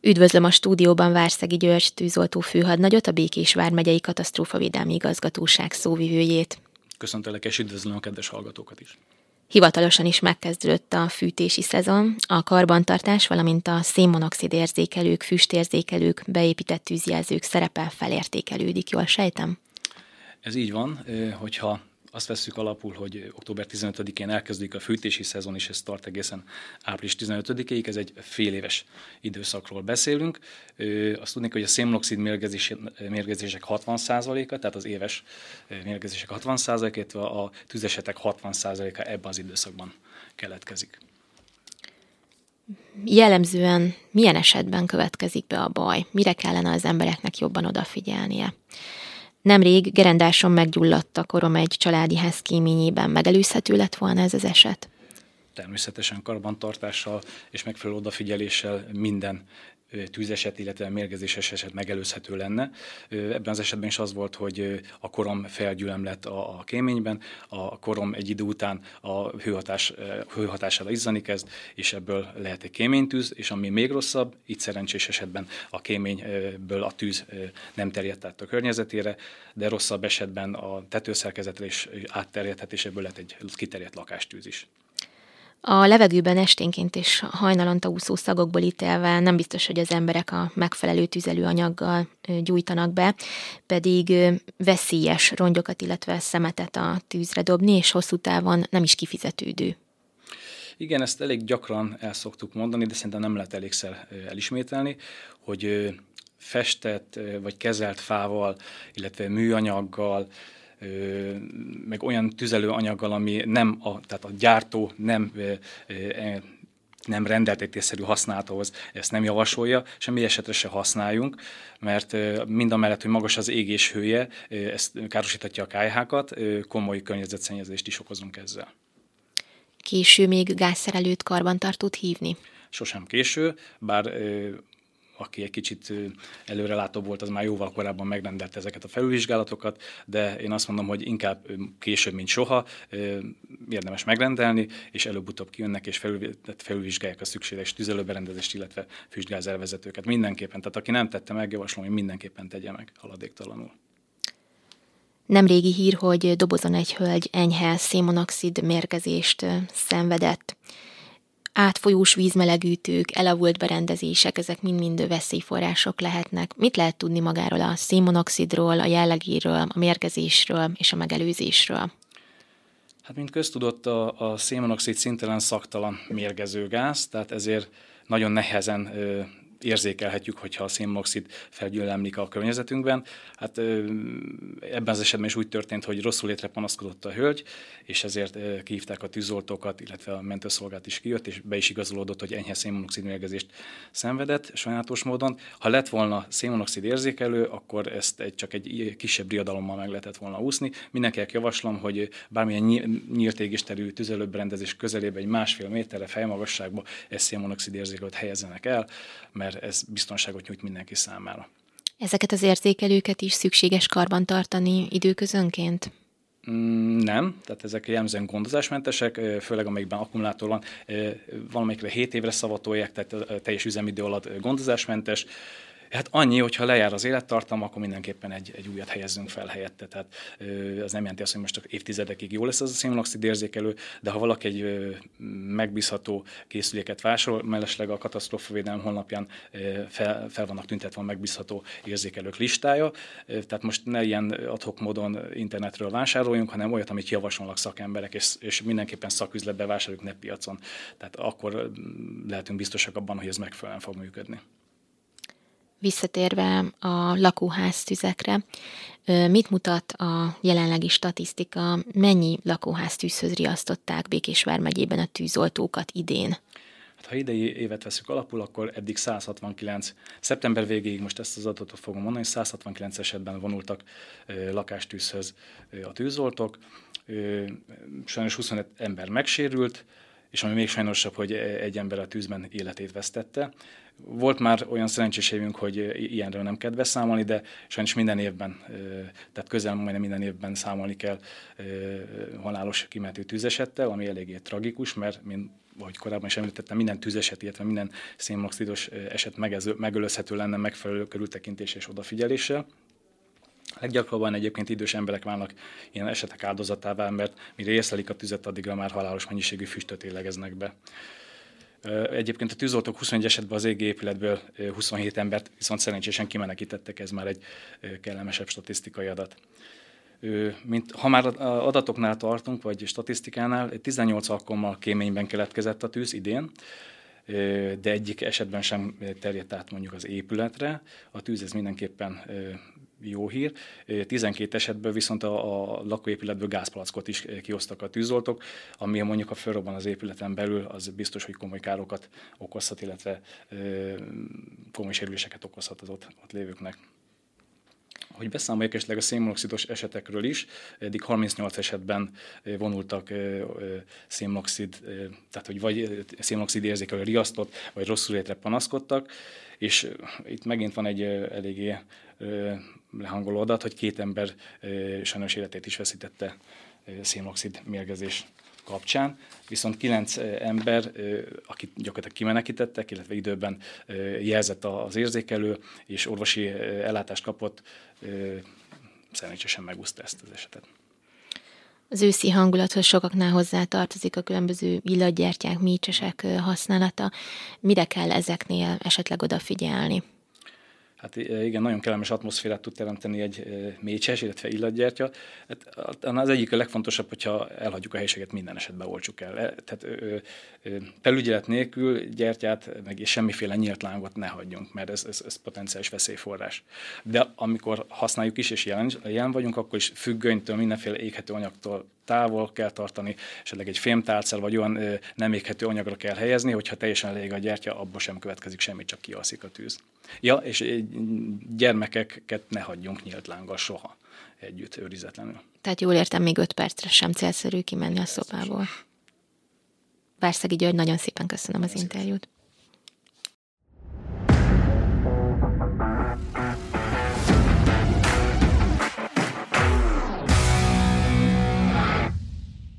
Üdvözlöm a stúdióban Várszegi György tűzoltó főhadnagyot, a Békés vármegyei katasztrófavédelmi igazgatóság szóvivőjét. Köszöntelek és üdvözlöm a kedves hallgatókat is. Hivatalosan is megkezdődött a fűtési szezon, a karbantartás, valamint a szénmonoxid érzékelők, füstérzékelők, beépített tűzjelzők szerepe felértékelődik, jól sejtem? Ez így van, hogyha azt vesszük alapul, hogy október 15-én elkezdődik a fűtési szezon, és ez tart egészen április 15-ig, ez egy fél éves időszakról beszélünk. Azt tudni, hogy a szénmonoxid mérgezések 60%-a, tehát az éves mérgezések 60%-a, illetve a tűzesetek 60%-a ebben az időszakban keletkezik. Jellemzően milyen esetben következik be a baj? Mire kellene az embereknek jobban odafigyelnie? Nemrég Gerendáson meggyulladt a korom egy családi ház kéményében. Megelőzhető lett volna ez az eset? Természetesen karbantartással és megfelelő odafigyeléssel minden tűzeset, illetve mérgezéses eset megelőzhető lenne. Ebben az esetben is az volt, hogy a korom felgyülem lett a kéményben, a korom egy idő után a hőhatására izzani kezd, és ebből lehet egy kéménytűz, és ami még rosszabb, itt szerencsés esetben a kéményből a tűz nem terjedt át a környezetére, de rosszabb esetben a tetőszerkezetre is átterjedhet, és ebből lehet egy kiterjedt lakástűz is. A levegőben esténként és hajnalonta úszó szagokból ítélve nem biztos, hogy az emberek a megfelelő tüzelőanyaggal gyújtanak be, pedig veszélyes rongyokat, illetve szemetet a tűzre dobni, és hosszú távon nem is kifizetődő. Igen, ezt elég gyakran el szoktuk mondani, de szerintem nem lehet elégszer elismételni, hogy festett vagy kezelt fával, illetve műanyaggal, meg olyan tüzelőanyaggal, ami tehát a gyártó nem rendelt egy térszerű használatához, ezt nem javasolja, semmi esetre se használjunk, mert mindamellett, hogy magas az égés hője, ezt károsíthatja a kályhákat, komoly környezetszennyezést is okozunk ezzel. Késő még gázszerelőt, karbantartót hívni? Sosem késő, bár aki egy kicsit előrelátó volt, az már jóval korábban megrendelte ezeket a felülvizsgálatokat, de én azt mondom, hogy inkább később, mint soha, érdemes megrendelni, és előbb-utóbb kijönnek, és felülvizsgálják a szükséges tüzelőberendezést, illetve füstgázelvezetőket mindenképpen. Tehát aki nem tette meg, javaslom, hogy mindenképpen tegye meg haladéktalanul. Nem régi hír, hogy Dobozon egy hölgy enyhe szénmonoxid mérgezést szenvedett. Átfolyós vízmelegűtők, elavult berendezések, ezek mind-mind veszélyforrások lehetnek. Mit lehet tudni magáról a szénmonoxidról, a jellegéről, a mérgezésről és a megelőzésről? Hát mint köztudott, a szénmonoxid szintelen szaktalan mérgező gáz, tehát ezért nagyon nehezen érzékelhetjük, hogyha a szénmonoxid felgyűlemlik a környezetünkben. Hát ebben az esetben is úgy történt, hogy rosszul létre panaszkodott a hölgy, és ezért kihívták a tűzoltókat, illetve a mentőszolgálat is kijött, és be is igazolódott, hogy enyhe szénmonoxid mérgezést szenvedett sajnálatos módon. Ha lett volna szénmonoxid érzékelő, akkor ezt csak egy kisebb riadalommal meg lehetett volna úszni. Mindenkinek javaslom, hogy bármilyen nyílt égésterű tüzelőberendezés közelébe, egy 1,5 méterre fejmagasságba ezt szénmonoxid érzékelőt helyezzenek el, mert ez biztonságot nyújt mindenki számára. Ezeket az érzékelőket is szükséges karbantartani időközönként? Nem, tehát ezek jellemzően gondozásmentesek, főleg amelyikben akkumulátor van, valamelyikre 7 évre szavatolják, tehát a teljes üzemidő alatt gondozásmentes. Hát annyi, hogyha lejár az élettartam, akkor mindenképpen egy újat helyezzünk fel helyette. Tehát az nem jelenti azt, hogy most évtizedekig jó lesz az a szénmonoxid érzékelő, de ha valaki egy megbízható készüléket vásárol, mellesleg a katasztrófavédelem honlapján fel vannak tüntetve a megbízható érzékelők listája. Tehát most ne ilyen ad hoc módon internetről vásároljunk, hanem olyat, amit javasolnak szakemberek, és mindenképpen szaküzletbe vásároljuk, ne piacon. Tehát akkor lehetünk biztosak abban, hogy ez megfelelően fog működni. Visszatérve a lakóháztüzekre, mit mutat a jelenlegi statisztika, mennyi lakóháztűzhöz riasztották Békés vármegyében a tűzoltókat idén? Hát, ha idei évet veszük alapul, akkor eddig 169, szeptember végéig, most ezt az adatot fogom mondani, 169 esetben vonultak lakástűzhöz a tűzoltók. Sajnos 25 ember megsérült, és ami még sajnosabb, hogy egy ember a tűzben életét vesztette. Volt már olyan szerencsés évünk, hogy ilyenről nem kellett beszámolni, de sajnos minden évben, tehát közel majdnem minden évben számolni kell halálos kimentő tűzesettel, ami eléggé tragikus, mert mint ahogy korábban is említettem, minden tűzeset, illetve minden szénmonoxidos eset megölözhető lenne megfelelő körültekintés és odafigyeléssel. Leggyakrabban egyébként idős emberek válnak ilyen esetek áldozatává, mert mire észlelik a tüzet, addigra már halálos mennyiségű füstöt élegeznek be. Egyébként a tűzoltók 21 esetben az égi épületből 27 embert viszont szerencsésen kimenekítettek, ez már egy kellemesebb statisztikai adat. Ha már adatoknál tartunk, vagy statisztikánál, 18 alkalommal kéményben keletkezett a tűz idén, de egyik esetben sem terjedt át mondjuk az épületre. A tűz ez mindenképpen jó hír. 12 esetből viszont a lakóépületből gázpalackot is kihoztak a tűzoltók, ami mondjuk a felrobban az épületen belül, az biztos, hogy komoly károkat okozhat, illetve komoly sérüléseket okozhat az ott lévőknek. Hogy beszámoljak esetleg a szénmonoxidos esetekről is, eddig 38 esetben vonultak szénmonoxid, tehát hogy vagy szénmonoxid érzékelő riasztott, vagy rosszul létre panaszkodtak, és itt megint van egy eléggé lehangoló adat, hogy 2 ember sajnos életét is veszítette szénmonoxid mérgezés kapcsán, viszont 9 ember, akit gyakorlatilag kimenekítettek, illetve időben jelzett az érzékelő, és orvosi ellátást kapott, szerencsésen megúszta ezt az esetet. Az őszi hangulathoz sokaknál hozzá tartozik a különböző illatgyertyák, mécsesek használata. Mire kell ezeknél esetleg odafigyelni? Hát igen, nagyon kellemes atmoszférát tud teremteni egy mécses, illetve illatgyertya. Hát az egyik a legfontosabb, hogyha elhagyjuk a helyiséget, minden esetben oltsuk el. Tehát felügyelet nélkül gyertyát, meg semmiféle nyílt lángot ne hagyjunk, mert ez potenciális veszélyforrás. De amikor használjuk is, és jelen vagyunk, akkor is függönytől, mindenféle éghető anyagtól távol kell tartani, esetleg egy fémtálccal vagy olyan nem éghető anyagra kell helyezni, hogyha teljesen leég a gyertya, abból sem következik semmi, csak kialszik a tűz. Ja, és gyermekeket ne hagyjunk nyílt lánggal soha együtt, őrizetlenül. Tehát jól értem, még 5 percre sem célszerű kimenni a szobából. Várszegi György, nagyon szépen köszönöm az interjút.